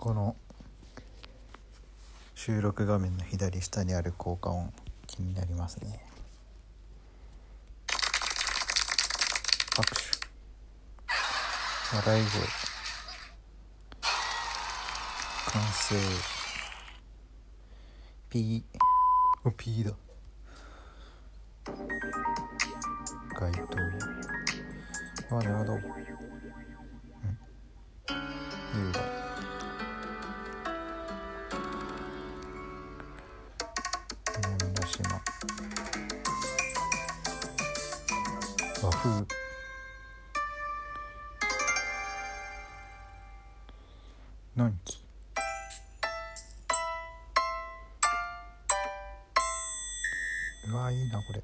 この収録画面の左下にある効果音気になりますね。拍手、笑い声、歓声、ピーだ、街灯、なるほど、優雅、南の島、和風、のんき、うわいいなこれ。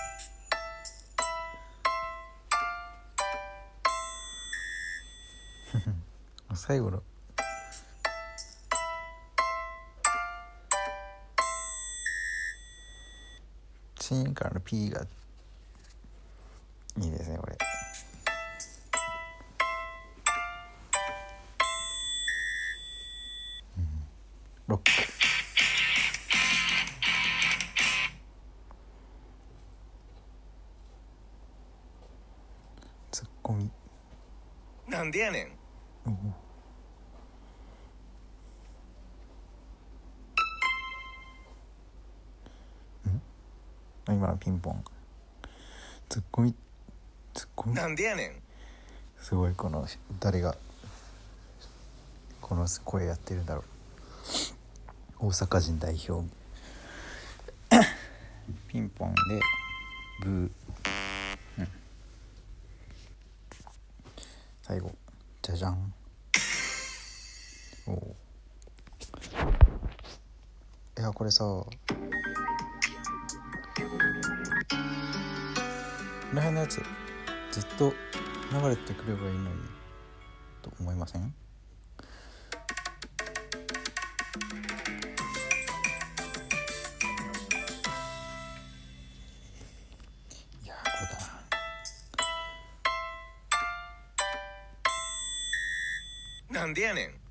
最後のチーンからの P がいいですねこれ。ロック、ツッコミ、 なんでやねん。 今のピンポン、ツッコミなんでやねん。 すごい。この誰がこの声やってるんだろう。大阪人代表。ピンポンでブー、最後じゃじゃん。いやこれさ、この辺のやつずっと流れてくればいいのにと思いません？いやこれだなんでやねん。